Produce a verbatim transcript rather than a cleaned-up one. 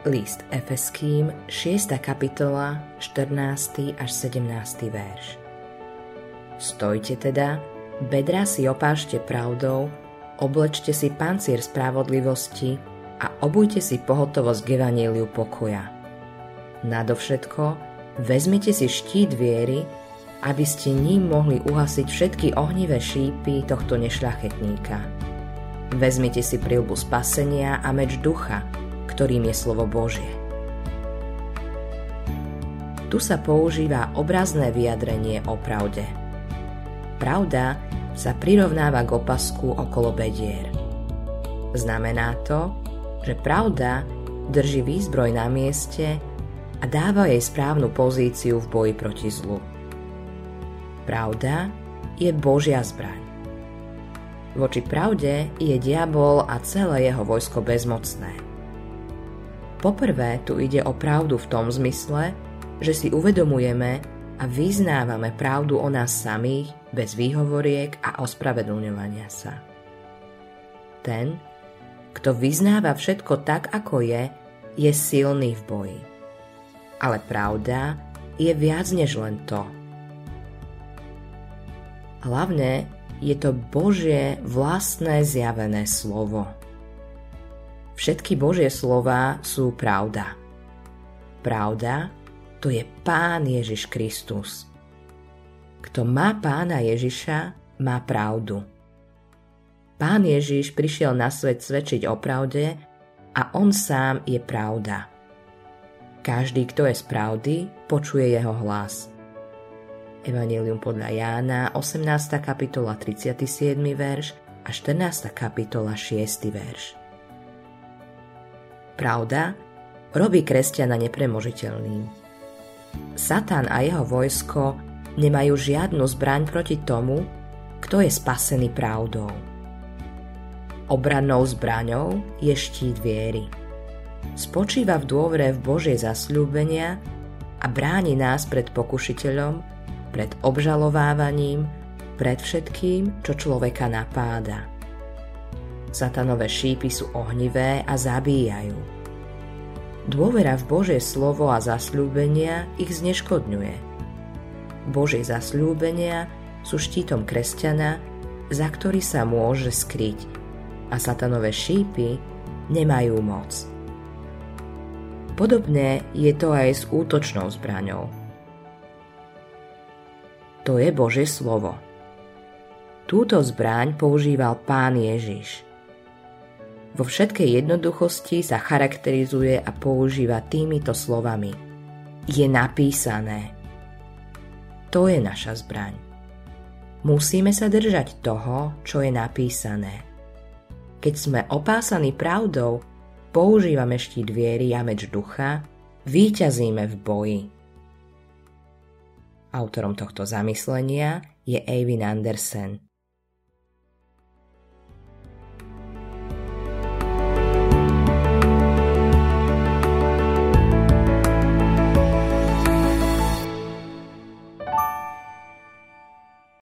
List Efeským, šiesta kapitola, štrnásty až sedemnásty verš. Stojte teda, bedrá si opášte pravdou, oblečte si pancier spravodlivosti a obujte si pohotovosť k evanjeliu pokoja. Nadovšetko, vezmite si štít viery, aby ste ním mohli uhasiť všetky ohnivé šípy tohto nešľachetníka. Vezmite si prilbu spasenia a meč ducha, ktorým je slovo Božie. Tu sa používa obrazné vyjadrenie o pravde. Pravda sa prirovnáva k opasku okolo bedier. Znamená to, že pravda drží výzbroj na mieste a dáva jej správnu pozíciu v boji proti zlu. Pravda je Božia zbraň. Voči pravde je diabol a celé jeho vojsko bezmocné. Poprvé tu ide o pravdu v tom zmysle, že si uvedomujeme a vyznávame pravdu o nás samých bez výhovoriek a ospravedlňovania sa. Ten, kto vyznáva všetko tak, ako je, je silný v boji. Ale pravda je viac než len to. Hlavne je to Božie vlastné zjavené slovo. Všetky Božie slová sú pravda. Pravda, to je Pán Ježiš Kristus. Kto má Pána Ježiša, má pravdu. Pán Ježiš prišiel na svet svedčiť o pravde a on sám je pravda. Každý, kto je z pravdy, počuje jeho hlas. Evanjelium podľa Jána, osemnásta kapitola, tridsiaty siedmy verš a štrnásta kapitola, šiesty verš. Pravda robí kresťana nepremožiteľným. Satan a jeho vojsko nemajú žiadnu zbraň proti tomu, kto je spasený pravdou. Obrannou zbraňou je štít viery. Spočíva v dôvere v Božie zasľúbenia a bráni nás pred pokušiteľom, pred obžalovávaním, pred všetkým, čo človeka napáda. Satanové šípy sú ohnivé a zabíjajú. Dôvera v Božie slovo a zasľúbenia ich zneškodňuje. Božie zasľúbenia sú štítom kresťana, za ktorý sa môže skryť, a satanové šípy nemajú moc. Podobne je to aj s útočnou zbraňou. To je Božie slovo. Túto zbraň používal Pán Ježiš. Vo všetkej jednoduchosti sa charakterizuje a používa týmito slovami. Je napísané. To je naša zbraň. Musíme sa držať toho, čo je napísané. Keď sme opásaní pravdou, používame štít viery a meč ducha, víťazíme v boji. Autorom tohto zamyslenia je Eivind Andersen.